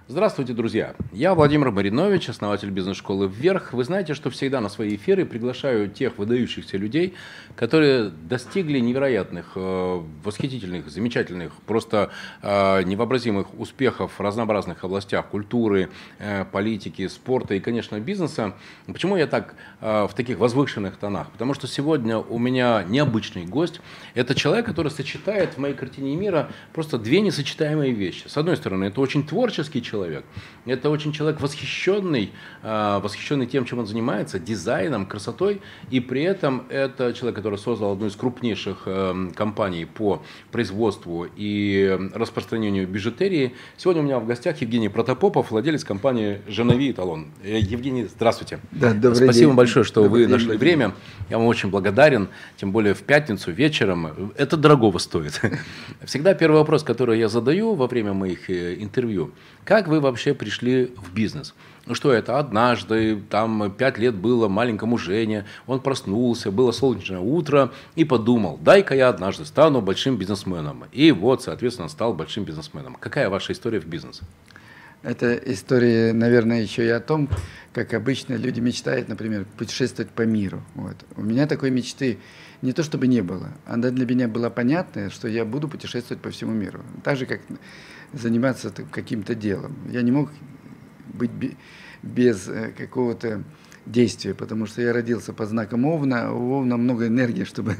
Здравствуйте, друзья! Я Владимир Маринович, основатель бизнес-школы «Вверх». Вы знаете, что всегда на свои эфиры приглашаю тех выдающихся людей, которые достигли невероятных, восхитительных, замечательных, просто невообразимых успехов в разнообразных областях культуры, политики, спорта и, конечно, бизнеса. Почему я так в таких возвышенных тонах? Потому что сегодня у меня необычный гость. Это человек, который сочетает в моей картине мира просто две несочетаемые вещи. С одной стороны, это очень творческий человек. Это очень человек восхищенный, восхищенный тем, чем он занимается, дизайном, красотой. И при этом это человек, который создал одну из крупнейших компаний по производству и распространению бижутерии. Сегодня у меня в гостях Евгений Протопопов, владелец компании «Женови Эталон». Евгений, здравствуйте. Да, добрый Спасибо день. большое, что Добрый вы день, нашли время. Я вам очень благодарен, тем более в пятницу вечером. Это дорогого стоит. Всегда первый вопрос, который я задаю во время моих интервью. Как вы вообще пришли в бизнес? Ну что это, однажды, там 5 лет было маленькому Жене, он проснулся, было солнечное утро и подумал, дай-ка я однажды стану большим бизнесменом. И вот, соответственно, стал большим бизнесменом. Какая ваша история в бизнесе? Это история, наверное, еще и о том, как обычно люди мечтают, например, путешествовать по миру. Вот. У меня такой мечты не то чтобы не было, она для меня была понятная, что я буду путешествовать по всему миру. Так же, как заниматься каким-то делом. Я не мог быть без какого-то действия, потому что я родился под знаком Овна, у Овна много энергии, чтобы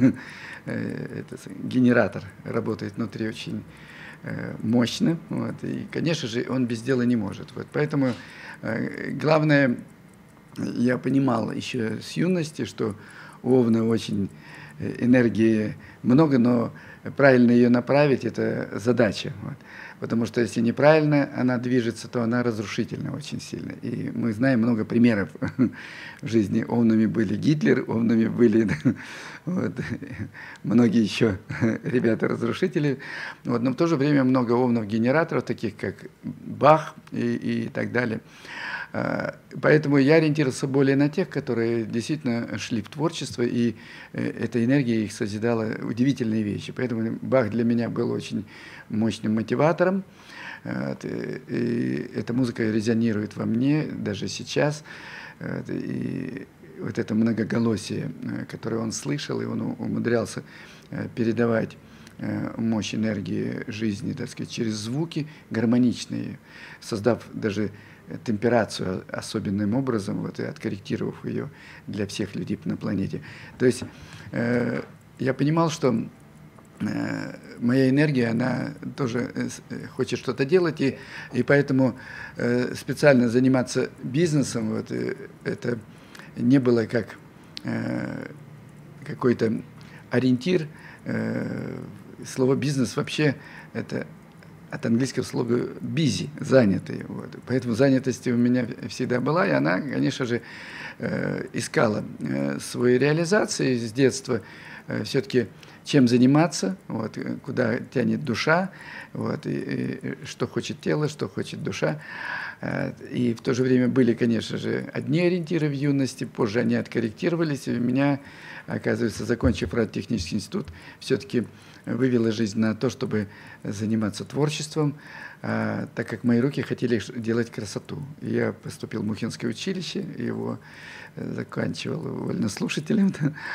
генератор работает внутри очень мощно, вот, и, конечно же, он без дела не может. Вот, поэтому главное, я понимал еще с юности, что у Овна очень энергии много, но правильно ее направить – это задача. Вот. Потому что если неправильно она движется, то она разрушительна очень сильно. И мы знаем много примеров в жизни. Овнами были Гитлер, овнами были вот, многие еще ребята-разрушители. Вот, но в то же время много овнов-генераторов, таких как Бах и так далее. Поэтому я ориентировался более на тех, которые действительно шли в творчество, и эта энергия их созидала удивительные вещи. Поэтому Бах для меня был очень мощным мотиватором. И эта музыка резонирует во мне даже сейчас. И вот это многоголосие, которое он слышал, и он умудрялся передавать мощь энергии жизни, так сказать, через звуки гармоничные, создав даже темперацию особенным образом, вот, и откорректировав ее для всех людей на планете. То есть я понимал, что моя энергия, она тоже хочет что-то делать, и поэтому специально заниматься бизнесом, вот, это не было как какой-то ориентир. Слово «бизнес» вообще это от английского слова busy, занятый. Вот. Поэтому занятость у меня всегда была, и она, конечно же, искала свои реализации с детства. Все-таки чем заниматься, вот, куда тянет душа, вот, и что хочет тело, что хочет душа. И в то же время были, конечно же, одни ориентиры в юности, позже они откорректировались, и меня, оказывается, закончив радиотехнический институт, все-таки вывела жизнь на то, чтобы заниматься творчеством, так как мои руки хотели делать красоту. Я поступил в Мухинское училище, его заканчивал вольнослушателем,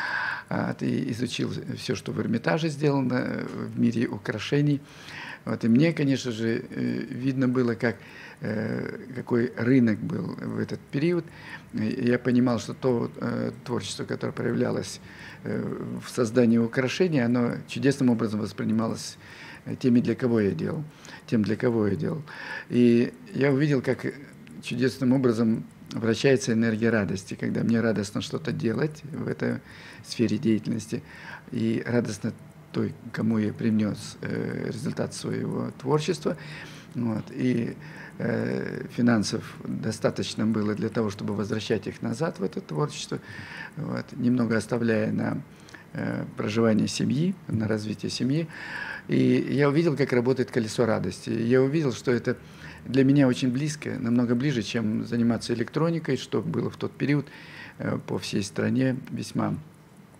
и изучил все, что в Эрмитаже сделано, в мире украшений. Вот, и мне, конечно же, видно было, какой рынок был в этот период. И я понимал, что то творчество, которое проявлялось в создании украшений, оно чудесным образом воспринималось теми, для кого я делал, тем, для кого я делал. И я увидел, как чудесным образом вращается энергия радости, когда мне радостно что-то делать в этой сфере деятельности, и радостно той, кому я принес результат своего творчества. Вот, и финансов достаточно было для того, чтобы возвращать их назад в это творчество, вот, немного оставляя на проживание семьи, на развитие семьи. И я увидел, как работает колесо радости. Я увидел, что это для меня очень близко, намного ближе, чем заниматься электроникой, что было в тот период по всей стране весьма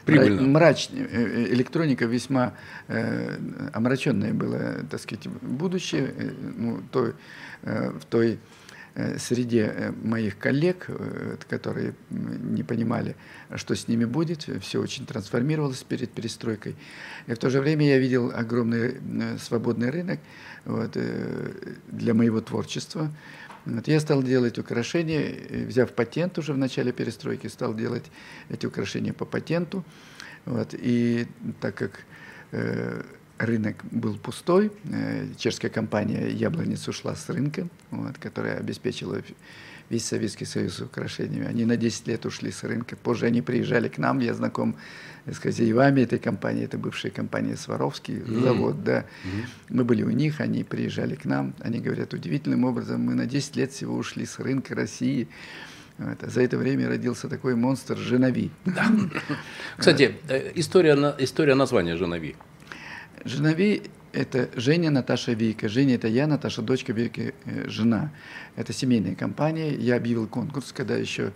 Прибыльно. Электроника весьма омраченное было, так сказать, будущее, ну, в той среде моих коллег, которые не понимали, что с ними будет, все очень трансформировалось перед перестройкой. И в то же время я видел огромный свободный рынок вот, для моего творчества. Вот, я стал делать украшения, взяв патент уже в начале перестройки, стал делать эти украшения по патенту. Вот, и так как рынок был пустой, чешская компания «Яблонец» ушла с рынка, вот, которая обеспечила весь Советский Союз украшениями. Они на 10 лет ушли с рынка. Позже они приезжали к нам, я знаком с хозяевами этой компании, это бывшая компания «Сваровский» завод, да. Мы были у них, они приезжали к нам, они говорят, удивительным образом, мы на 10 лет всего ушли с рынка России. Вот. А за это время родился такой монстр Женови. Да. Кстати, история названия Женови. Женови – это Женя, Наташа, Вика. Женя – это я, Наташа – дочка, Вика – жена. Это семейная компания. Я объявил конкурс, когда еще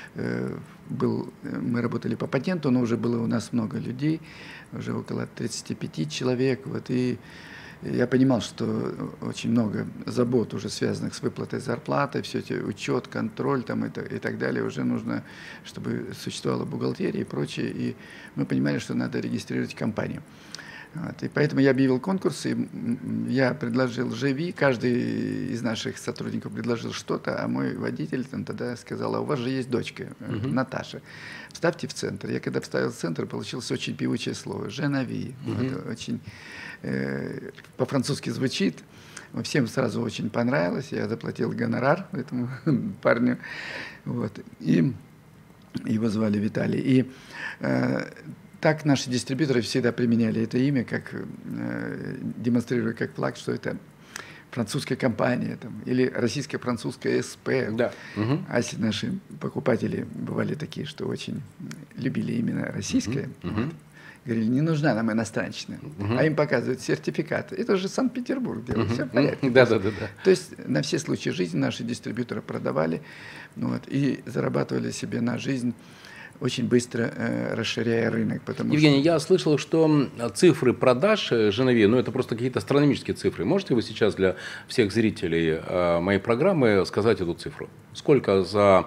мы работали по патенту, но уже было у нас много людей, уже около 35 человек. Вот, и я понимал, что очень много забот уже связанных с выплатой зарплаты, все эти учет, контроль там, и так далее. Уже нужно, чтобы существовала бухгалтерия и прочее. И мы понимали, что надо регистрировать компанию. Вот, и поэтому я объявил конкурс, и я предложил ЖВИ, каждый из наших сотрудников предложил что-то, а мой водитель там тогда сказал, а у вас же есть дочка, Наташа, вставьте в центр. Я когда вставил в центр, получилось очень певучее слово, Женови. Вот, очень по-французски звучит, всем сразу очень понравилось, я заплатил гонорар этому парню, вот, и его звали Виталий. И так наши дистрибьюторы всегда применяли это имя, как демонстрируя как флаг, что это французская компания там, или российско-французская СП. Да. А если наши покупатели бывали такие, что очень любили именно российское, вот, говорили, не нужна нам иностранщина, а им показывают сертификаты. Это же Санкт-Петербург делает, все в порядке. Да. То есть на все случаи жизни наши дистрибьюторы продавали вот, и зарабатывали себе на жизнь, очень быстро расширяя рынок. Евгений, я слышал, что цифры продаж Женови, ну это просто какие-то астрономические цифры. Можете вы сейчас для всех зрителей моей программы сказать эту цифру? Сколько за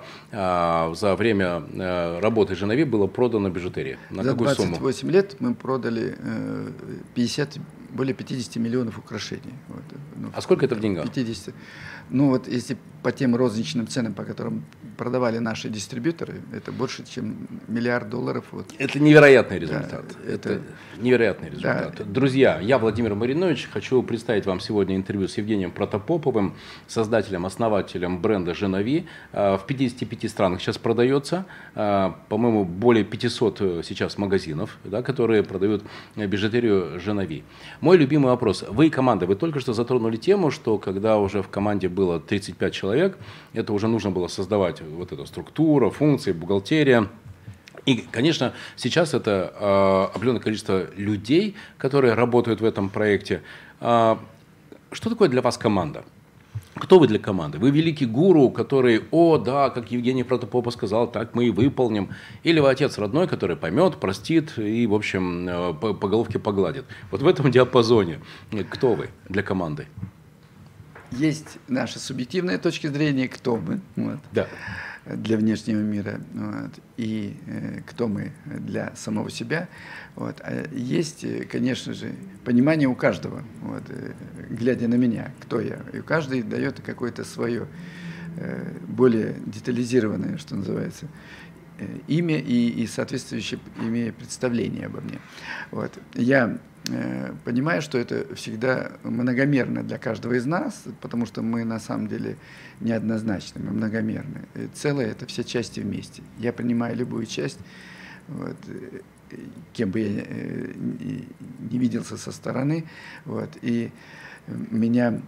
время работы Женови было продано бижутерии? На за какую сумму? 28 лет мы продали более 50 миллионов украшений. Вот, ну, а сколько это в деньгах? 50. Ну вот если по тем розничным ценам, по которым продавали наши дистрибьюторы, это больше, чем $1 миллиард. Вот. Это невероятный результат. Да, это невероятный результат. Да. Друзья, я Владимир Маринович. Хочу представить вам сегодня интервью с Евгением Протопоповым, создателем, основателем бренда Женови. В 55 странах сейчас продается. По-моему, более 500 сейчас магазинов, да, которые продают бижутерию Женови. Мой любимый вопрос. Вы и команда, вы только что затронули тему, что когда уже в команде было 35 человек, это уже нужно было создавать вот эту структуру, функции, бухгалтерия. И, конечно, сейчас это определенное количество людей, которые работают в этом проекте. Что такое для вас команда? Кто вы для команды? Вы великий гуру, который, да, как Евгений Протопопов сказал, так мы и выполним. Или вы отец родной, который поймет, простит и, в общем, по головке погладит. Вот в этом диапазоне кто вы для команды? Есть наши субъективные точки зрения, кто мы вот, да. для внешнего мира, вот, и кто мы для самого себя. Вот. А есть, конечно же, понимание у каждого, вот, глядя на меня, кто я. И каждый дает какое-то свое более детализированное, что называется, имя и соответствующее имея представление обо мне. Вот. Я понимаю, что это всегда многомерно для каждого из нас, потому что мы на самом деле неоднозначны, мы многомерны. И целое – это все части вместе. Я принимаю любую часть, вот, кем бы я не виделся со стороны, вот, и меня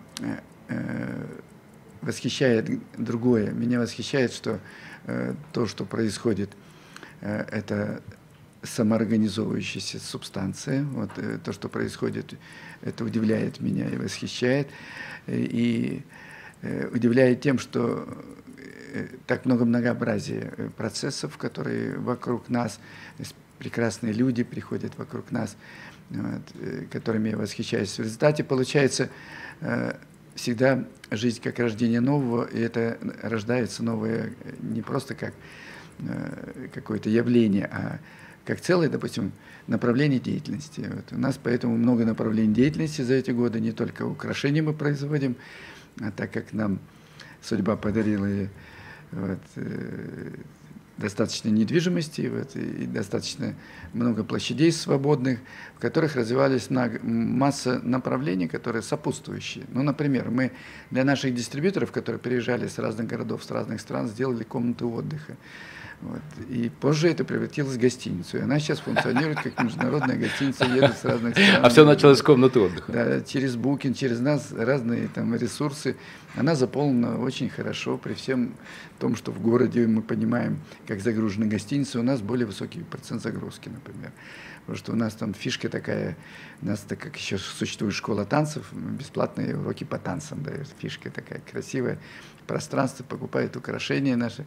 восхищает другое. Меня восхищает, что то, что происходит, это самоорганизовывающаяся субстанция. Вот, то, что происходит, это удивляет меня и восхищает. И удивляет тем, что так много многообразия процессов, которые вокруг нас, прекрасные люди приходят вокруг нас, вот, которыми я восхищаюсь. В результате получается всегда жизнь как рождение нового, и это рождается новое не просто как какое-то явление, а как целое, допустим, направление деятельности. Вот. У нас поэтому много направлений деятельности за эти годы, не только украшения мы производим, а так как нам судьба подарила вот, достаточно недвижимости вот, и достаточно много площадей свободных, в которых развивались масса направлений, которые сопутствующие. Ну, например, мы для наших дистрибьюторов, которые приезжали с разных городов, с разных стран, сделали комнаты отдыха. Вот. И позже это превратилось в гостиницу. И она сейчас функционирует как международная гостиница, едут с разных стран. А все началось с комнаты отдыха? Да, через Booking, через нас разные там ресурсы. Она заполнена очень хорошо, при всем том, что в городе мы понимаем, как загружены гостиницы, у нас более высокий процент загрузки, например. Потому что у нас там фишка такая, у нас, так как еще существует школа танцев, бесплатные уроки по танцам, да, фишка такая красивая, пространство, покупают украшения наши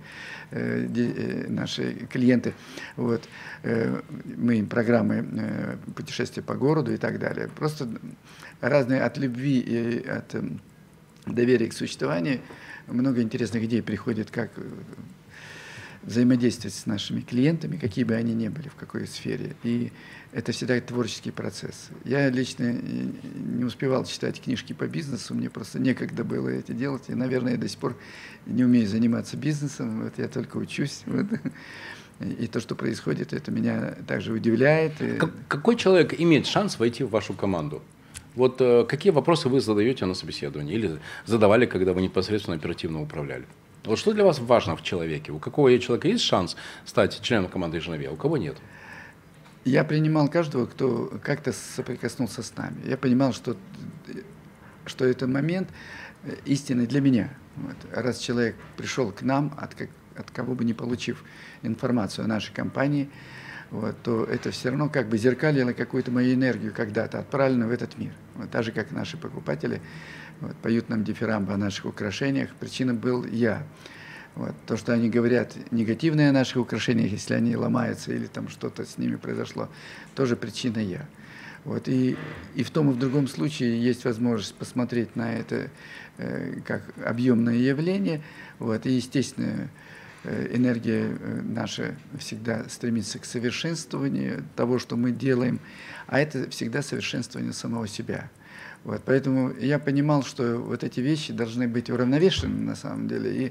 клиенты. Вот. Мы им программы путешествия по городу и так далее. Просто разные от любви и от доверия к существованию много интересных идей приходит, как взаимодействовать с нашими клиентами, какие бы они ни были, в какой сфере. И это всегда творческий процесс. Я лично не успевал читать книжки по бизнесу, мне просто некогда было это делать. И, наверное, я до сих пор не умею заниматься бизнесом, вот я только учусь. Вот. И то, что происходит, это меня также удивляет. Какой человек имеет шанс войти в вашу команду? Вот какие вопросы вы задаете на собеседовании или задавали, когда вы непосредственно оперативно управляли? Вот что для вас важно в человеке? У какого человека есть шанс стать членом команды Ижнове, а у кого нет? Я принимал каждого, кто как-то соприкоснулся с нами. Я понимал, что это момент истины для меня. Вот. Раз человек пришел к нам, от кого бы не получив информацию о нашей компании, вот, то это все равно как бы зеркалило какую-то мою энергию когда-то, отправленную в этот мир. Вот, так же, как наши покупатели вот, поют нам дифирамбы о наших украшениях, причина был я. Вот, то, что они говорят негативное о наших украшениях, если они ломаются или там что-то с ними произошло, тоже причина я. Вот, и в том и в другом случае есть возможность посмотреть на это как объемное явление. Вот, и, естественно, энергия наша всегда стремится к совершенствованию того, что мы делаем, а это всегда совершенствование самого себя. Вот, поэтому я понимал, что вот эти вещи должны быть уравновешены на самом деле. И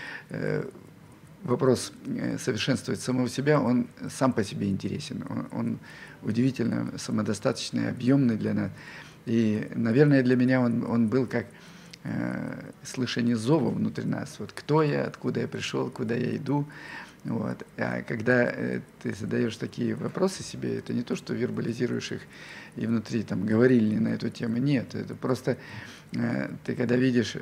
вопрос совершенствовать самого себя, он сам по себе интересен. Он удивительно самодостаточный, объемный для нас. И, наверное, для меня он был как слышание зова внутри нас. Вот кто я, откуда я пришел, куда я иду. Вот. А когда ты задаешь такие вопросы себе, это не то, что вербализируешь их и внутри там говорили на эту тему. Нет, это просто ты когда видишь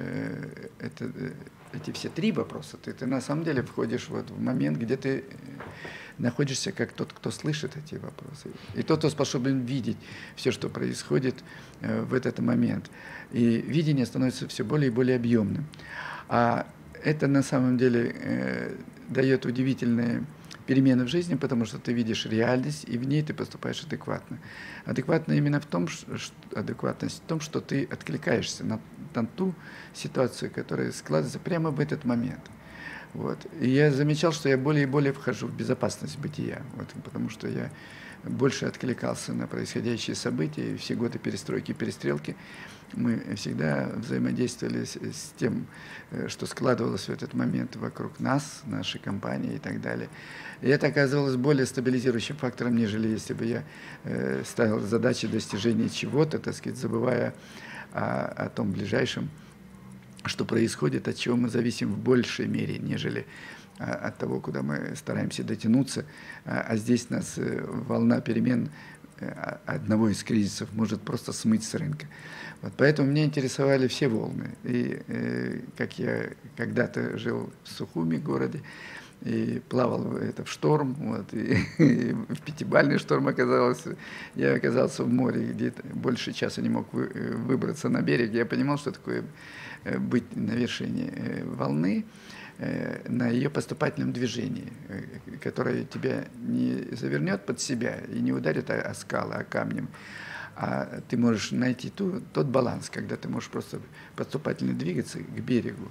эти все три вопроса, ты на самом деле входишь вот в момент, где ты находишься как тот, кто слышит эти вопросы. И тот, кто способен видеть все, что происходит в этот момент. И видение становится все более и более объемным. А это на самом деле дает удивительные перемены в жизни, потому что ты видишь реальность, и в ней ты поступаешь адекватно. Адекватно именно адекватность в том, что ты откликаешься на ту ситуацию, которая складывается прямо в этот момент. Вот. И я замечал, что я более и более вхожу в безопасность бытия, вот, потому что я больше откликался на происходящие события, и все годы перестройки и перестрелки мы всегда взаимодействовали с тем, что складывалось в этот момент вокруг нас, нашей компании и так далее. И это оказывалось более стабилизирующим фактором, нежели если бы я ставил задачи достижения чего-то, так сказать, забывая о том ближайшем, что происходит, от чего мы зависим в большей мере, нежели от того, куда мы стараемся дотянуться. А здесь нас волна перемен одного из кризисов может просто смыть с рынка. Вот поэтому меня интересовали все волны. И как я когда-то жил в Сухуми городе, и плавал в шторм, вот, и в пятибалльный шторм оказался. Я оказался в море, где больше часа не мог выбраться на берег. Я понимал, что такое быть на вершине волны. на ее поступательном движении, которое тебя не завернет под себя и не ударит о скалы, о камнем, а ты можешь найти тот баланс, когда ты можешь просто поступательно двигаться к берегу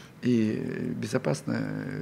и безопасно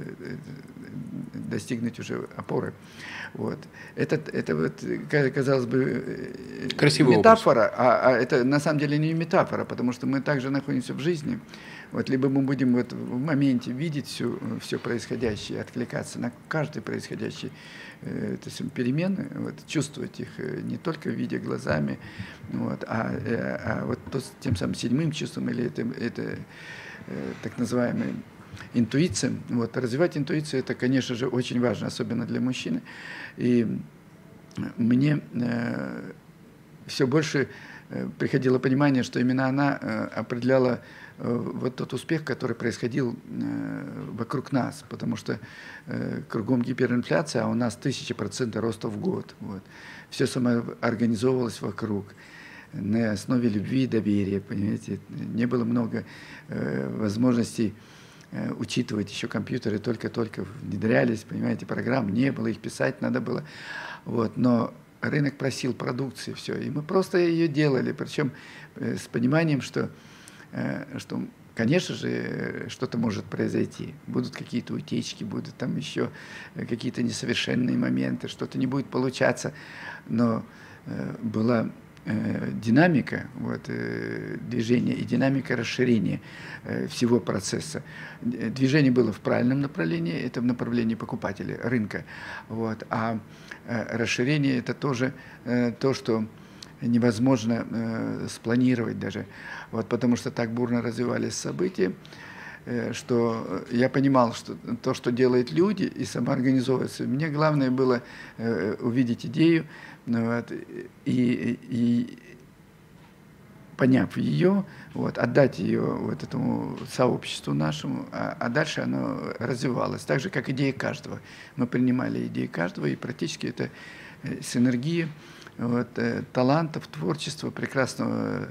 достигнуть уже опоры. Вот. Это вот, казалось бы, красивый метафора, а это на самом деле не метафора, потому что мы также находимся в жизни. Вот, либо мы будем вот в моменте видеть все происходящее, откликаться на каждый происходящий перемены, вот, чувствовать их не только видя глазами, вот, а вот тем самым седьмым чувством, или это так называемой интуиция. Вот, развивать интуицию, это, конечно же, очень важно, особенно для мужчины. И мне все больше приходило понимание, что именно она определяла вот тот успех, который происходил вокруг нас, потому что кругом гиперинфляция, а у нас 1000% роста в год. Вот. Все самоорганизовывалось вокруг, на основе любви и доверия, понимаете. Не было много возможностей учитывать, еще компьютеры только-только внедрялись, понимаете, программ не было, их писать надо было. Вот. Но рынок просил продукции, все, и мы просто ее делали, причем с пониманием, что, конечно же, что-то может произойти. Будут какие-то утечки, будут там еще какие-то несовершенные моменты, что-то не будет получаться. Но была динамика движения и динамика расширения всего процесса. Движение было в правильном направлении, это в направлении покупателя, рынка. Вот. А расширение – это тоже то, что невозможно спланировать даже, вот, потому что так бурно развивались события, что я понимал, что то, что делают люди, и самоорганизовываться. Мне главное было увидеть идею, вот, и поняв ее, вот, отдать ее вот этому сообществу нашему, а дальше оно развивалось, так же, как идея каждого. Мы принимали идеи каждого, и практически это синергия вот, талантов, творчества, прекрасного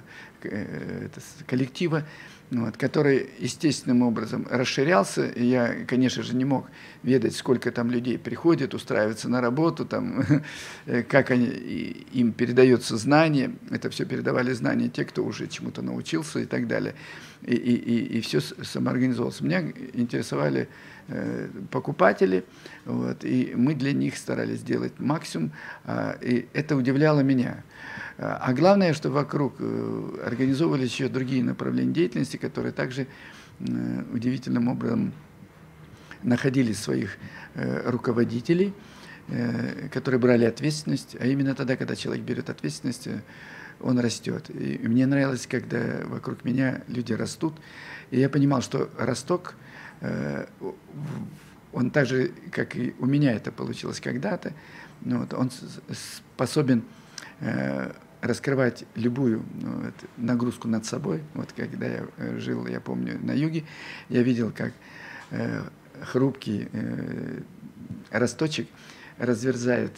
коллектива, вот, который естественным образом расширялся. И я, конечно же, не мог ведать, сколько там людей приходит, устраивается на работу, там, как им передается знание. Это все передавали знания те, кто уже чему-то научился и так далее. И все самоорганизовалось. Меня интересовали покупатели, вот, и мы для них старались сделать максимум, и это удивляло меня. А главное, что вокруг организовывались еще другие направления деятельности, которые также удивительным образом находили своих руководителей, которые брали ответственность, а именно тогда, когда человек берет ответственность, он растет. И мне нравилось, когда вокруг меня люди растут, и я понимал, что росток, он так же, как и у меня это получилось когда-то, вот, он способен раскрывать любую нагрузку над собой. Вот когда я жил, я помню, на юге, я видел, как хрупкий росточек разверзает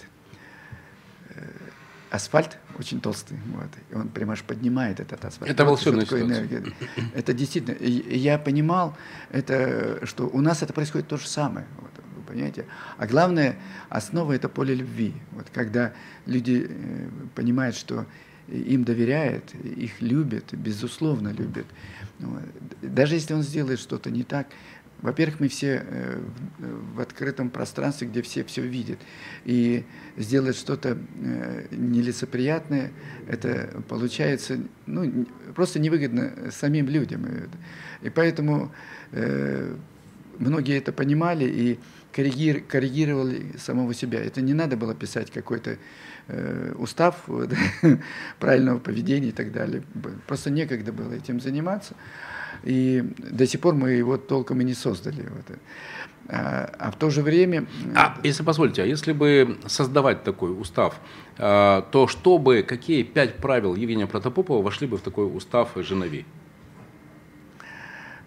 асфальт, очень толстый, вот, и он прямо аж поднимает этот асфальт. Это волшебная ситуация. Это действительно, и я понимал, что у нас это происходит то же самое. Вот. Понимаете? А главное, основа – это поле любви. Вот когда люди понимают, что им доверяют, их любят, безусловно любят. Вот. Даже если он сделает что-то не так, во-первых, мы все в открытом пространстве, где все видят. И сделать что-то нелицеприятное, это получается просто невыгодно самим людям. И поэтому многие это понимали и коррегировали самого себя. Это не надо было писать какой-то устав правильного поведения и так далее. Просто некогда было этим заниматься. И до сих пор мы его толком и не создали. А в то же время... Если позволите, если бы создавать такой устав, то какие 5 правил Евгения Протопопова вошли бы в такой устав Женови?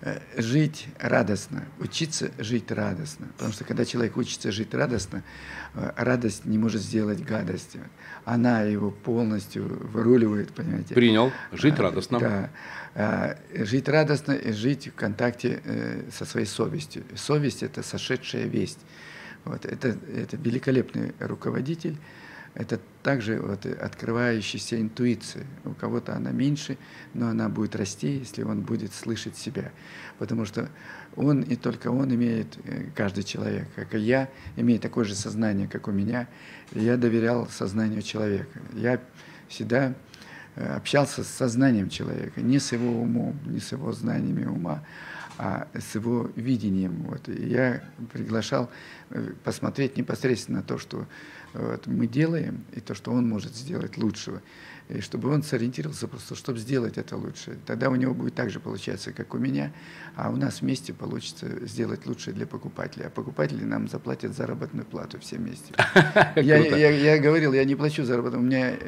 жить радостно, учиться жить радостно. Потому что когда человек учится жить радостно, радость не может сделать гадости. Она его полностью выруливает, понимаете. Принял. Жить радостно. Да. Жить радостно и жить в контакте со своей совестью. Совесть – это сошедшая весть. Вот. Это великолепный руководитель. Это также вот открывающаяся интуиция. У кого-то она меньше, но она будет расти, если он будет слышать себя. Потому что он и только он имеет, каждый человек, как и я, имеет такое же сознание, как у меня. И я доверял сознанию человека. Я всегда общался с сознанием человека, не с его умом, не с его знаниями ума, а с его видением. Вот. И я приглашал посмотреть непосредственно то, что вот мы делаем, и то, что он может сделать лучшего. И чтобы он сориентировался просто, чтобы сделать это лучше. Тогда у него будет так же получаться, как у меня, а у нас вместе получится сделать лучше для покупателя. А покупатели нам заплатят заработную плату все вместе. Я говорил, я не плачу заработную. У меня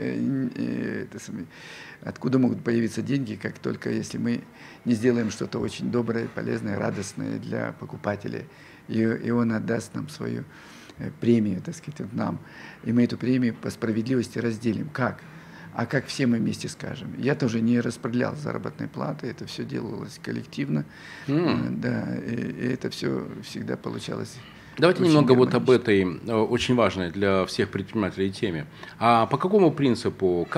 откуда могут появиться деньги, как только если мы не сделаем что-то очень доброе, полезное, радостное для покупателя. И он отдаст нам свою премию, так сказать, нам. И мы эту премию по справедливости разделим. Как? А как все мы вместе скажем? Я тоже не распределял заработной платы, это все делалось коллективно. Да, и это все всегда получалось. Давайте немного вот об этой очень важной для всех предпринимателей теме. А по какому принципу,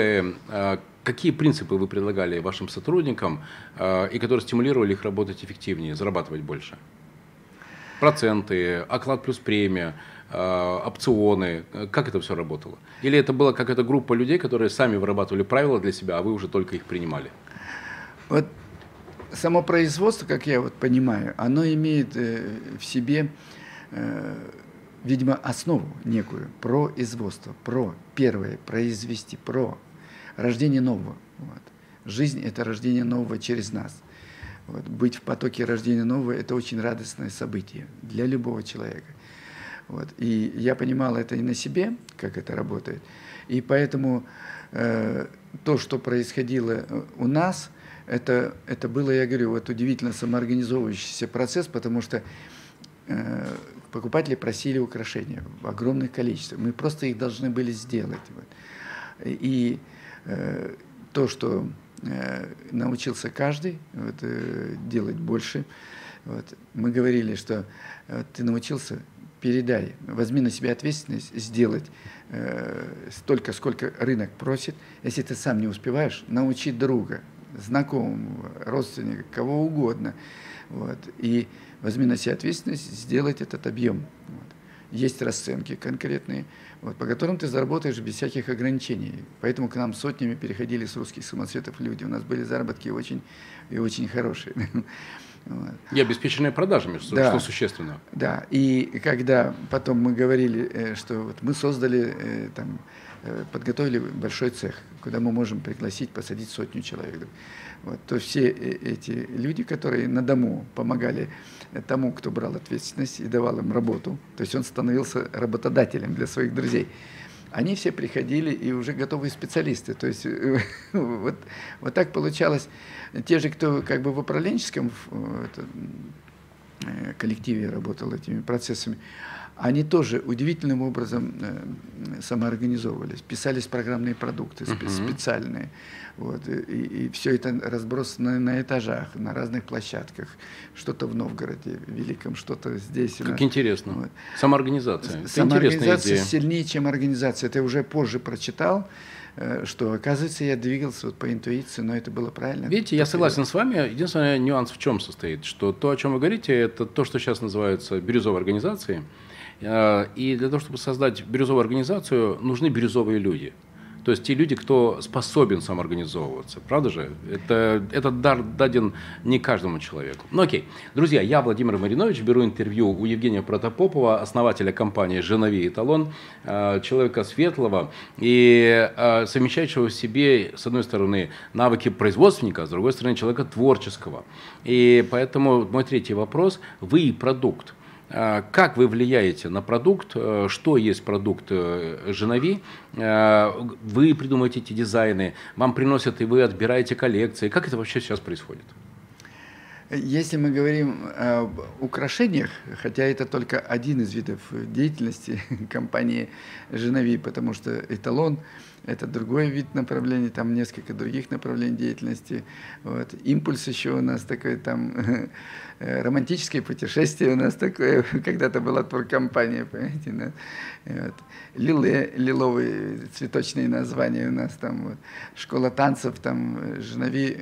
какие принципы вы предлагали вашим сотрудникам, и которые стимулировали их работать эффективнее, зарабатывать больше? Проценты, оклад плюс премия, опционы, как это все работало? Или это была какая-то группа людей, которые сами вырабатывали правила для себя, а вы уже только их принимали? Вот само производство, как я вот понимаю, оно имеет в себе, видимо, основу некую, производство, первое, произвести, рождение нового. Вот. Жизнь – это рождение нового через нас. Вот. Быть в потоке рождения нового – это очень радостное событие для любого человека. Вот. И я понимал это и на себе, как это работает. И поэтому то, что происходило у нас, это было, я говорю, вот удивительно самоорганизовывающийся процесс, потому что покупатели просили украшения в огромных количествах. Мы просто их должны были сделать. Вот. И то, что научился каждый делать больше. Вот. Мы говорили, что ты научился, передай, возьми на себя ответственность сделать столько, сколько рынок просит. Если ты сам не успеваешь, научи друга, знакомого, родственника, кого угодно. Вот. И возьми на себя ответственность сделать этот объем. Вот. Есть расценки конкретные, вот, по которым ты заработаешь без всяких ограничений. Поэтому к нам сотнями переходили с русских самоцветов люди. У нас были заработки очень хорошие. Вот. И обеспеченные продажами, что существенно. Да, и когда потом мы говорили, что вот мы создали, подготовили большой цех, куда мы можем пригласить, посадить 100 человек. Вот, то все эти люди, которые на дому помогали тому, кто брал ответственность и давал им работу, то есть он становился работодателем для своих друзей, они все приходили и уже готовые специалисты. То есть вот так получалось. Те же, кто как бы в управленческом коллективе работал этими процессами, они тоже удивительным образом самоорганизовывались, писались программные продукты специальные. Вот, и все это разбросано на этажах, на разных площадках. Что-то в Новгороде Великом, что-то здесь. Как интересно. Вот. Самоорганизация. Самоорганизация сильнее, чем организация. Это я уже позже прочитал, что, оказывается, я двигался по интуиции, но это было правильно. Видите, я согласен с вами. Единственный нюанс в чем состоит, что то, о чем вы говорите, это то, что сейчас называется бирюзовой организацией. И для того, чтобы создать бирюзовую организацию, нужны бирюзовые люди. То есть те люди, кто способен самоорганизовываться. Правда же? Этот дар даден не каждому человеку. Ну окей. Друзья, я, Владимир Маринович, беру интервью у Евгения Протопопова, основателя компании «Женови Эталон», человека светлого и совмещающего в себе, с одной стороны, навыки производственника, а с другой стороны, человека творческого. И поэтому мой третий вопрос. Вы продукт. Как вы влияете на продукт, что есть продукт Женови, вы придумываете эти дизайны, вам приносят, и вы отбираете коллекции. Как это вообще сейчас происходит? Если мы говорим об украшениях, хотя это только один из видов деятельности компании Женови, потому что эталон – это другой вид направлений, там несколько других направлений деятельности. Вот. Импульс еще у нас такой, там романтическое путешествие у нас такое, когда-то была туркомпания, понимаете, да? Вот. Лиловые цветочные названия у нас там, вот. Школа танцев, там Женови,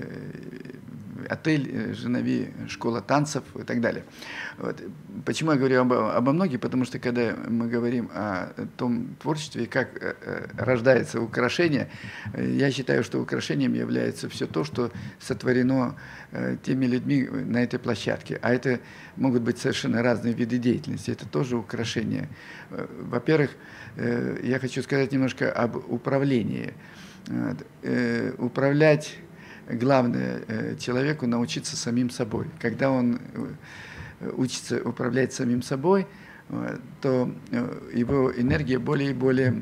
отель Женови, школа танцев и так далее. Вот. Почему я говорю обо многих? Потому что когда мы говорим о том творчестве, как рождается украшение, я считаю, что украшением является все то, что сотворено теми людьми на этой площадке. А это могут быть совершенно разные виды деятельности. Это тоже украшение. Во-первых, я хочу сказать немножко об управлении. Управлять, главное, человеку научиться самим собой. Когда он учится управлять самим собой, то его энергия более и более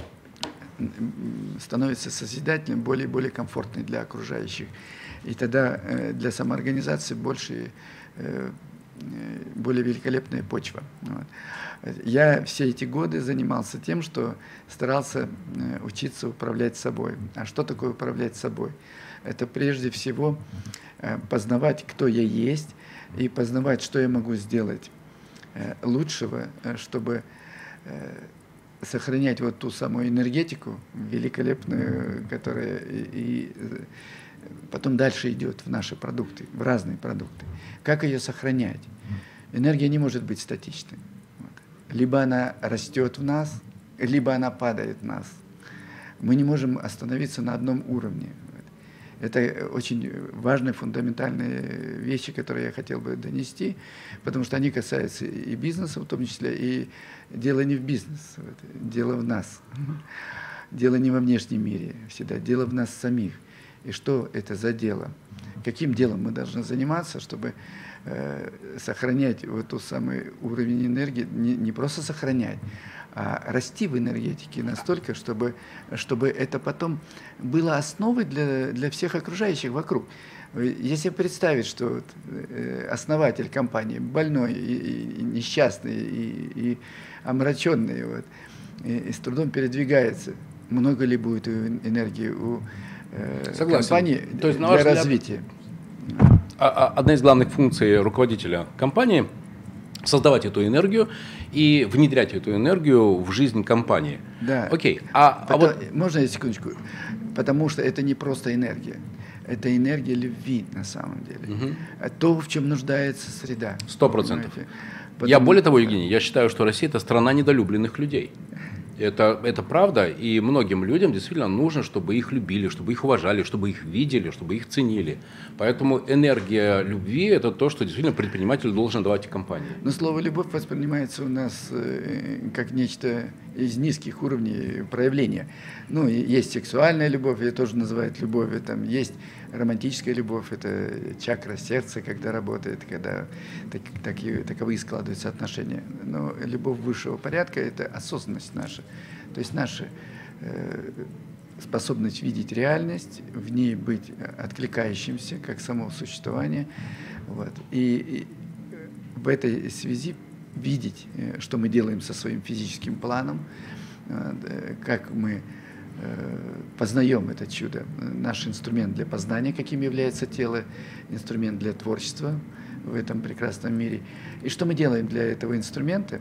становится созидательной, более и более комфортной для окружающих. И тогда для самоорганизации более великолепная почва. Вот. Я все эти годы занимался тем, что старался учиться управлять собой. А что такое управлять собой? Это прежде всего познавать, кто я есть, и познавать, что я могу сделать лучшего, чтобы сохранять вот ту самую энергетику великолепную, которая и потом дальше идет в наши продукты, в разные продукты. Как ее сохранять? Энергия не может быть статичной. Вот. Либо она растет в нас, либо она падает в нас. Мы не можем остановиться на одном уровне. Это очень важные, фундаментальные вещи, которые я хотел бы донести, потому что они касаются и бизнеса в том числе, и дело не в бизнесе, дело в нас. Дело не во внешнем мире всегда, дело в нас самих. И что это за дело? Каким делом мы должны заниматься, чтобы сохранять вот тот самый уровень энергии, не просто сохранять, а расти в энергетике настолько, чтобы это потом было основой для всех окружающих вокруг. Если представить, что вот основатель компании больной, и несчастный, и омраченный, вот, и с трудом передвигается, много ли будет энергии у компании То есть, для развития? Одна из главных функций руководителя компании – создавать эту энергию и внедрять эту энергию в жизнь компании. Да. Окей. Можно я секундочку? Потому что это не просто энергия. Это энергия любви на самом деле. Угу. То, в чем нуждается среда. 100%. Я более того, Евгений, я считаю, что Россия – это страна недолюбленных людей. Это правда, и многим людям действительно нужно, чтобы их любили, чтобы их уважали, чтобы их видели, чтобы их ценили. Поэтому энергия любви – это то, что действительно предприниматель должен давать компании. Но слово «любовь» воспринимается у нас как нечто из низких уровней проявления. Ну, есть сексуальная любовь, ее тоже называют любовью, там есть романтическая любовь, это чакра сердца, когда работает, когда таковые складываются отношения. Но любовь высшего порядка – это осознанность наша, то есть наша способность видеть реальность, в ней быть откликающимся, как само существование. Вот. И в этой связи видеть, что мы делаем со своим физическим планом, как мы познаем это чудо. Наш инструмент для познания, каким является тело, инструмент для творчества в этом прекрасном мире. И что мы делаем для этого инструмента,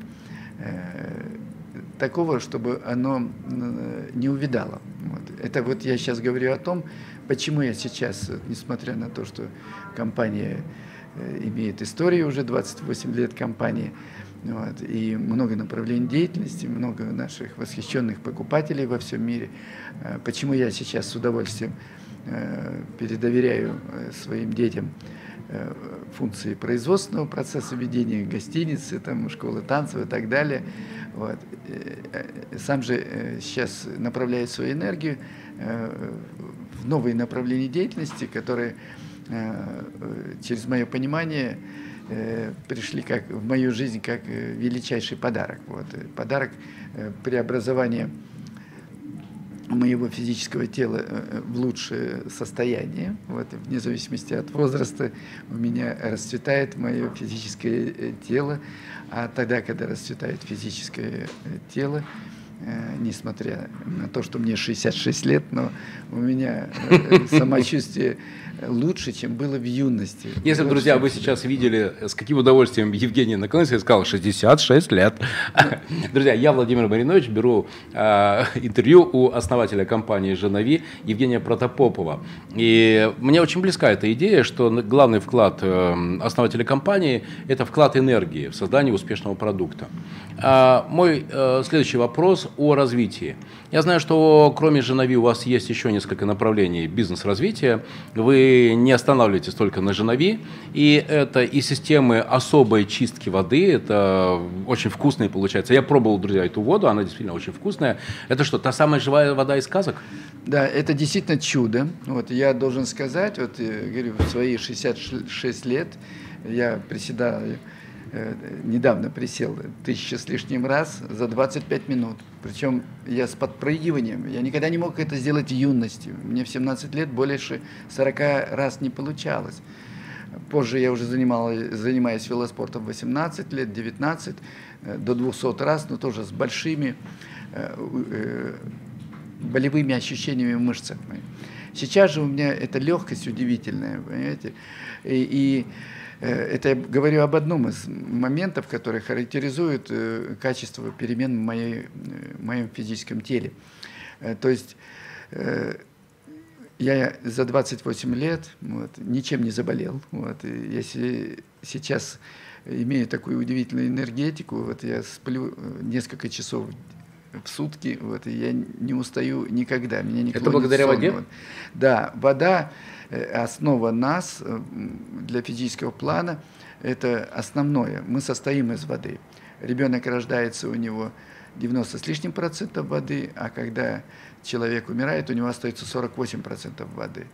такого, чтобы оно не увядало. Вот. Это вот я сейчас говорю о том, почему я сейчас, несмотря на то, что компания имеет историю, уже 28 лет компании, вот, и много направлений деятельности, много наших восхищенных покупателей во всем мире. Почему я сейчас с удовольствием передоверяю своим детям функции производственного процесса ведения гостиницы, там, школы танцев и так далее. Вот. Сам же сейчас направляю свою энергию в новые направления деятельности, которые через мое понимание пришли в мою жизнь как величайший подарок. Вот. Подарок преобразования моего физического тела в лучшее состояние. Вот, вне зависимости от возраста у меня расцветает мое физическое тело, а тогда, когда расцветает физическое тело, несмотря на то, что мне 66 лет, но у меня самочувствие лучше, чем было в юности. Если, вот, друзья, вы сейчас видели, с каким удовольствием Евгений наклонился и сказал 66 лет. Друзья, я, Владимир Маринович, беру интервью у основателя компании «Женови» Евгения Протопопова. И мне очень близка эта идея, что главный вклад основателя компании – это вклад энергии в создание успешного продукта. Мой следующий вопрос о развитии. Я знаю, что кроме «Женови» у вас есть еще несколько направлений бизнес-развития. Вы не останавливаетесь только на «Женови». И это и системы особой чистки воды. Это очень вкусная получается. Я пробовал, друзья, эту воду. Она действительно очень вкусная. Это что, та самая живая вода из сказок? Да, это действительно чудо. Вот, я должен сказать, вот, говорю, в свои 66 лет я приседаю, недавно присел 1000 с лишним раз за 25 минут. Причем я с подпрыгиванием. Я никогда не мог это сделать в юности. Мне в 17 лет больше 40 раз не получалось. Позже я уже занимаюсь велоспортом 18 лет, 19, до 200 раз, но тоже с большими болевыми ощущениями в мышцах. Сейчас же у меня эта легкость удивительная, понимаете? И это я говорю об одном из моментов, который характеризует качество перемен в моем физическом теле. То есть я за 28 лет вот, ничем не заболел. Вот, и если сейчас имею такую удивительную энергетику, вот, я сплю несколько часов в сутки, вот, и я не устаю никогда. Меня не это благодаря воде? Вот. Да, вода – основа нас для физического плана, это основное. Мы состоим из воды. Ребенок рождается, у него 90 с лишним процентов воды, а когда человек умирает, у него остается 48% воды.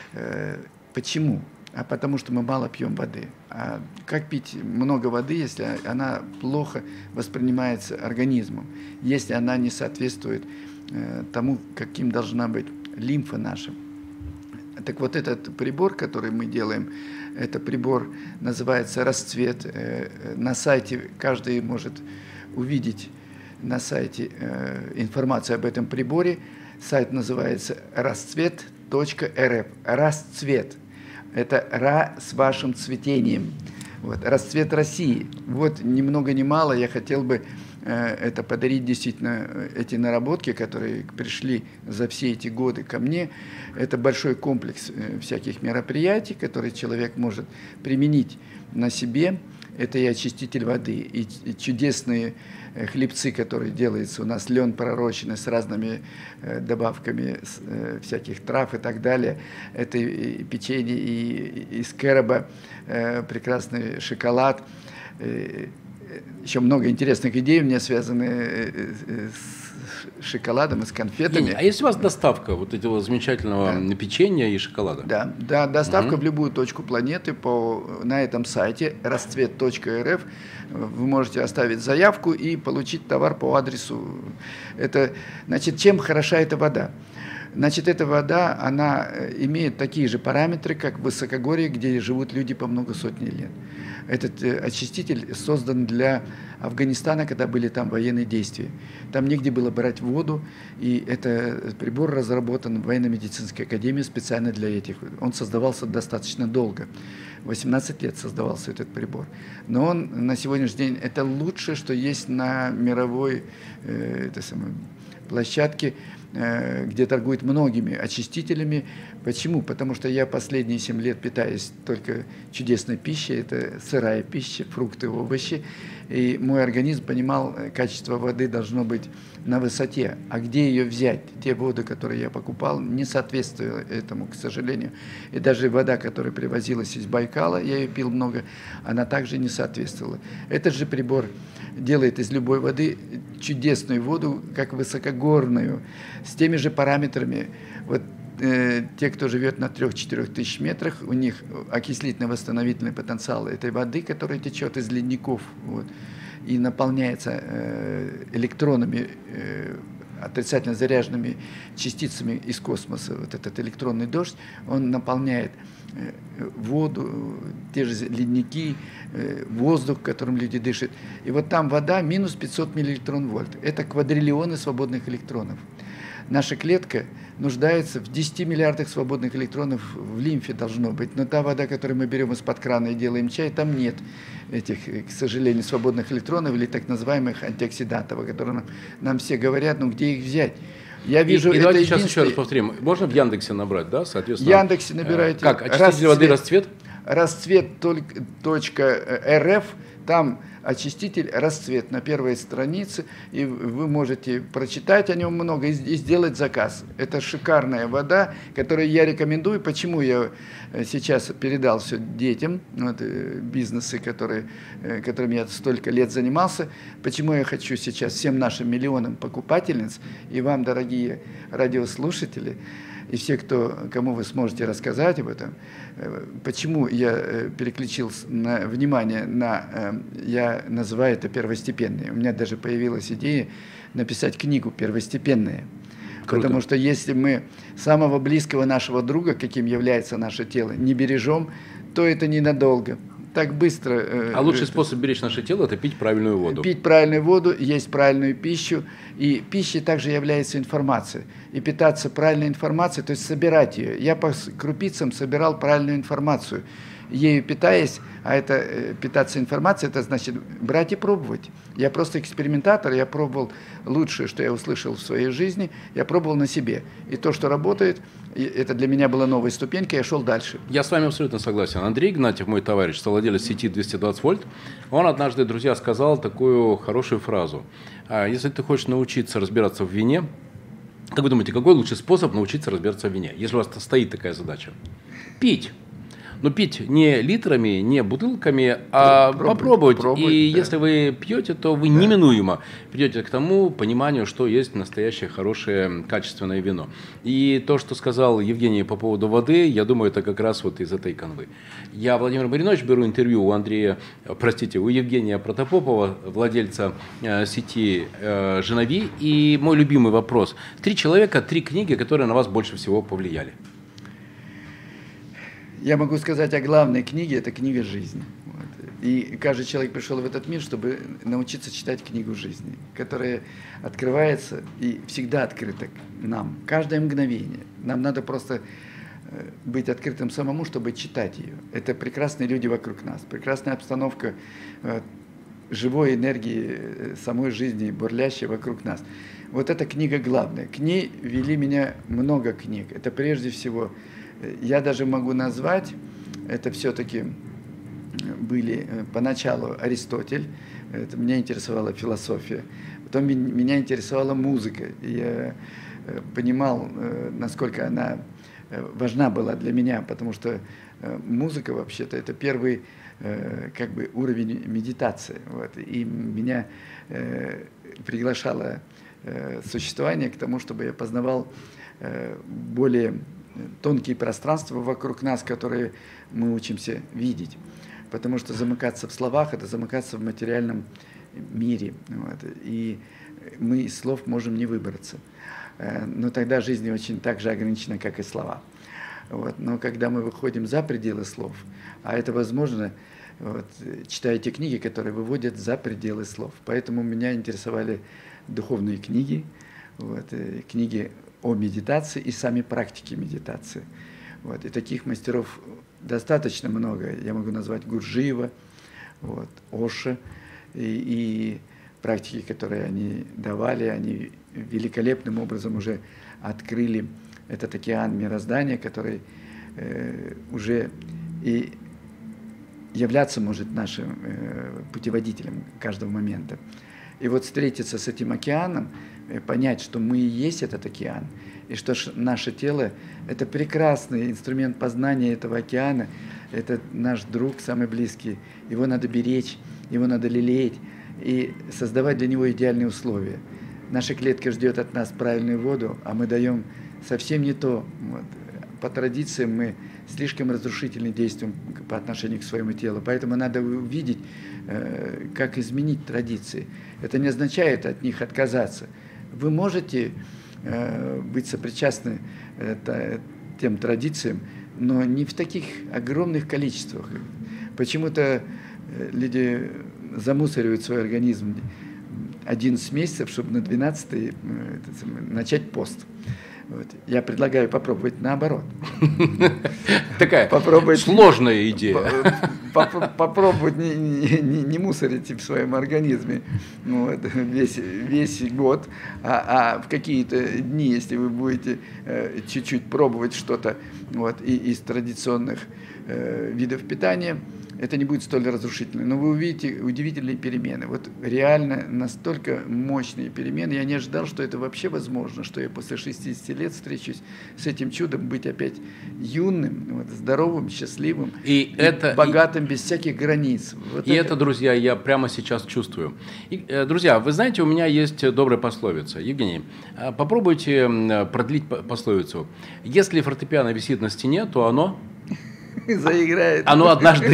Почему? А потому что мы мало пьем воды. А как пить много воды, если она плохо воспринимается организмом, если она не соответствует тому, каким должна быть лимфа наша? Так вот этот прибор, который мы делаем, это прибор называется «Расцвет». На сайте каждый может увидеть на сайте информацию об этом приборе. Сайт называется расцвет.рф. Расцвет. Это «Ра» с вашим цветением. Вот. Расцвет России. Вот ни много ни мало я хотел бы это подарить действительно эти наработки, которые пришли за все эти годы ко мне. Это большой комплекс всяких мероприятий, которые человек может применить на себе. Это и очиститель воды, и чудесные хлебцы, которые делаются у нас, лен пророщенный с разными добавками всяких трав и так далее. Это и печенье из кэроба, прекрасный шоколад. Еще много интересных идей у меня связаны с шоколадом и с конфетами. А есть у вас доставка вот этого замечательного печенья и шоколада? Да, доставка в любую точку планеты на этом сайте расцвет.рф. Вы можете оставить заявку и получить товар по адресу. Это, значит, чем хороша эта вода? Значит, эта вода, она имеет такие же параметры, как в высокогорье, где живут люди по много сотни лет. Этот очиститель создан для Афганистана, когда были там военные действия. Там негде было брать воду, и этот прибор разработан в военно-медицинской академии специально для этих. Он создавался достаточно долго. 18 лет создавался этот прибор. Но он на сегодняшний день это лучшее, что есть на мировой площадке, где торгуют многими очистителями. Почему? Потому что я последние 7 лет питаюсь только чудесной пищей, это сырая пища, фрукты, овощи, и мой организм понимал, качество воды должно быть на высоте. А где ее взять? Те воды, которые я покупал, не соответствовали этому, к сожалению. И даже вода, которая привозилась из Байкала, я ее пил много, она также не соответствовала. Этот же прибор делает из любой воды чудесную воду, как высокогорную, с теми же параметрами. Вот те, кто живет на 3-4 тысяч метрах, у них окислительно-восстановительный потенциал этой воды, которая течет из ледников, вот, и наполняется электронами отрицательно заряженными частицами из космоса, вот этот электронный дождь, он наполняет воду, те же ледники, воздух, которым люди дышат. И вот там вода минус 500 миллиэлектрон-вольт. Это квадриллионы свободных электронов. Наша клетка нуждается в 10 миллиардах свободных электронов в лимфе должно быть. Но та вода, которую мы берем из-под крана и делаем чай, там нет этих, к сожалению, свободных электронов или так называемых антиоксидантов, о которых нам все говорят, ну где их взять? Я вижу, и давайте сейчас еще раз повторим. Можно в Яндексе набрать, да, соответственно? В Яндексе набираете. Как? Очиститель воды «Расцвет»? Расцвет.рф, там очиститель «Расцвет» на первой странице, и вы можете прочитать о нем много и сделать заказ. Это шикарная вода, которую я рекомендую. Почему я сейчас передал все детям, вот, бизнесы, которыми я столько лет занимался, почему я хочу сейчас всем нашим миллионам покупательниц и вам, дорогие радиослушатели, и все, кому вы сможете рассказать об этом, почему я переключил внимание на, я называю это первостепенные. У меня даже появилась идея написать книгу «Первостепенные». Круто. Потому что если мы самого близкого нашего друга, каким является наше тело, не бережем, то это ненадолго. Так быстро. А лучший способ беречь наше тело – это пить правильную воду. Пить правильную воду, есть правильную пищу. И пищей также является информация. И питаться правильной информацией, то есть собирать ее. Я по крупицам собирал правильную информацию. Ею питаясь, а это питаться информацией, это значит брать и пробовать. Я просто экспериментатор, я пробовал лучшее, что я услышал в своей жизни, я пробовал на себе. И то, что работает, это для меня была новая ступенька, я шел дальше. Я с вами абсолютно согласен. Андрей Игнатьев, мой товарищ, совладелец сети 220 вольт, он однажды, друзья, сказал такую хорошую фразу. Если ты хочешь научиться разбираться в вине, как вы думаете, какой лучший способ научиться разбираться в вине, если у вас стоит такая задача? Пить. Но пить не литрами, не бутылками, а попробовать. И если вы пьете, то вы неминуемо придете к тому пониманию, что есть настоящее, хорошее, качественное вино. И то, что сказал Евгений по поводу воды, я думаю, это как раз вот из этой канвы. Я, Владимир Маринович, беру интервью у Евгения Протопопова, владельца сети «Женови». И мой любимый вопрос. 3 человека, 3 книги, которые на вас больше всего повлияли. Я могу сказать о главной книге, это книга жизни. Вот. И каждый человек пришел в этот мир, чтобы научиться читать книгу жизни, которая открывается и всегда открыта нам, каждое мгновение. Нам надо просто быть открытым самому, чтобы читать ее. Это прекрасные люди вокруг нас, прекрасная обстановка живой энергии самой жизни, бурлящей вокруг нас. Вот эта книга главная. К ней вели меня много книг. Это прежде всего... Я даже могу назвать, это все-таки были поначалу Аристотель, это меня интересовала философия, потом меня интересовала музыка, и я понимал, насколько она важна была для меня, потому что музыка вообще-то это первый как бы уровень медитации, вот, и меня приглашало существование к тому, чтобы я познавал более тонкие пространства вокруг нас, которые мы учимся видеть. Потому что замыкаться в словах – это замыкаться в материальном мире. Вот. И мы из слов можем не выбраться. Но тогда жизнь очень так же ограничена, как и слова. Вот. Но когда мы выходим за пределы слов, а это возможно, вот, читая те книги, которые выводят за пределы слов. Поэтому меня интересовали духовные книги, вот, книги о медитации и сами практики медитации. Вот. И таких мастеров достаточно много. Я могу назвать Гурджиева, вот, Оша, и практики, которые они давали, они великолепным образом уже открыли этот океан мироздания, который уже и являться может нашим путеводителем каждого момента. И вот встретиться с этим океаном, понять, что мы и есть этот океан, и что наше тело – это прекрасный инструмент познания этого океана, это наш друг самый близкий, его надо беречь, его надо лелеять и создавать для него идеальные условия. Наша клетка ждет от нас правильную воду, а мы даем совсем не то. Вот. По традициям мы слишком разрушительно действуем по отношению к своему телу, поэтому надо увидеть, как изменить традиции. Это не означает от них отказаться. вы можете быть сопричастны тем традициям, но не в таких огромных количествах. Почему-то люди замусоривают свой организм 11 месяцев, чтобы на 12-й начать пост. Вот. Я предлагаю попробовать наоборот. Такая сложная идея. Попробовать не мусорить в своем организме весь год, а в какие-то дни, если вы будете чуть-чуть пробовать что-то из традиционных видов питания, это не будет столь разрушительно. Но вы увидите удивительные перемены. Вот реально настолько мощные перемены. Я не ожидал, что это вообще возможно, что я после 60 лет встречусь с этим чудом, быть опять юным, здоровым, счастливым, и богатым, без всяких границ. Это, друзья, я прямо сейчас чувствую. Друзья, вы знаете, у меня есть добрая пословица. Евгений, попробуйте продлить пословицу. Если фортепиано висит на стене, то оно... заиграет. Оно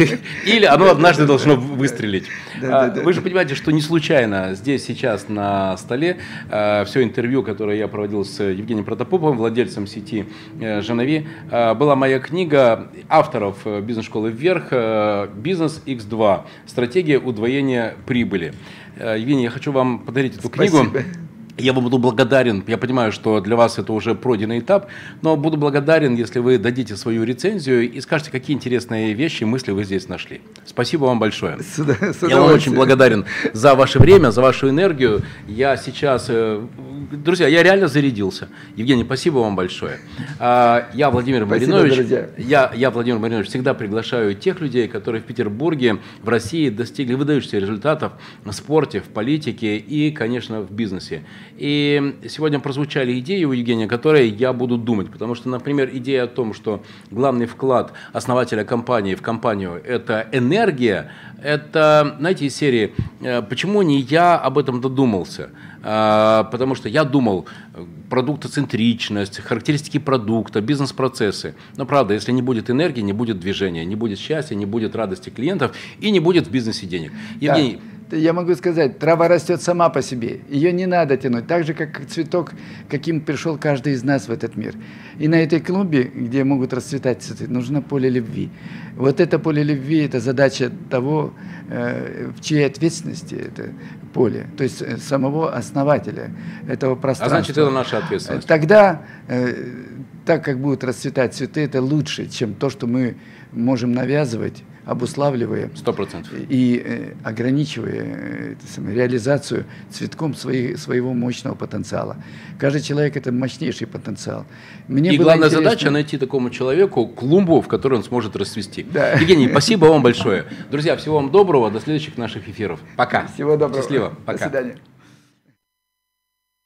однажды должно выстрелить. Вы же понимаете, что не случайно здесь сейчас на столе все интервью, которое я проводил с Евгением Протопоповым, владельцем сети Женови, была моя книга авторов бизнес-школы «Вверх» «Бизнес X2. Стратегия удвоения прибыли». Евгений, я хочу вам подарить эту книгу. Я вам буду благодарен, я понимаю, что для вас это уже пройденный этап, но буду благодарен, если вы дадите свою рецензию и скажете, какие интересные вещи, мысли вы здесь нашли. Спасибо вам большое. Я вам очень благодарен за ваше время, за вашу энергию. Я сейчас, друзья, я реально зарядился. Евгений, спасибо вам большое. Я Владимир Маринович. Я Владимир Маринович всегда приглашаю тех людей, которые в Петербурге, в России достигли выдающихся результатов в спорте, в политике и, конечно, в бизнесе. И сегодня прозвучали идеи у Евгения, которые я буду думать, потому что, например, идея о том, что главный вклад основателя компании в компанию – это энергия, это, знаете, из серии «Почему не я об этом додумался?» Потому что я думал, продуктоцентричность, характеристики продукта, бизнес-процессы. Но правда, если не будет энергии, не будет движения, не будет счастья, не будет радости клиентов и не будет в бизнесе денег. Евгений, я могу сказать, трава растет сама по себе, ее не надо тянуть, так же, как цветок, каким пришел каждый из нас в этот мир. И на этой клумбе, где могут расцветать цветы, нужно поле любви. Вот это поле любви, это задача того, в чьей ответственности это поле, то есть самого основателя этого пространства. А значит, это наша ответственность. Тогда, так как будут расцветать цветы, это лучше, чем то, что мы можем навязывать, обуславливая 100%. И ограничивая реализацию цветком своего мощного потенциала. Каждый человек – это мощнейший потенциал. И главная задача – найти такому человеку клумбу, в которой он сможет расцвести. Да. Евгений, спасибо вам большое. Друзья, всего вам доброго, до следующих наших эфиров. Пока. Всего доброго. Счастливо. Пока. До свидания.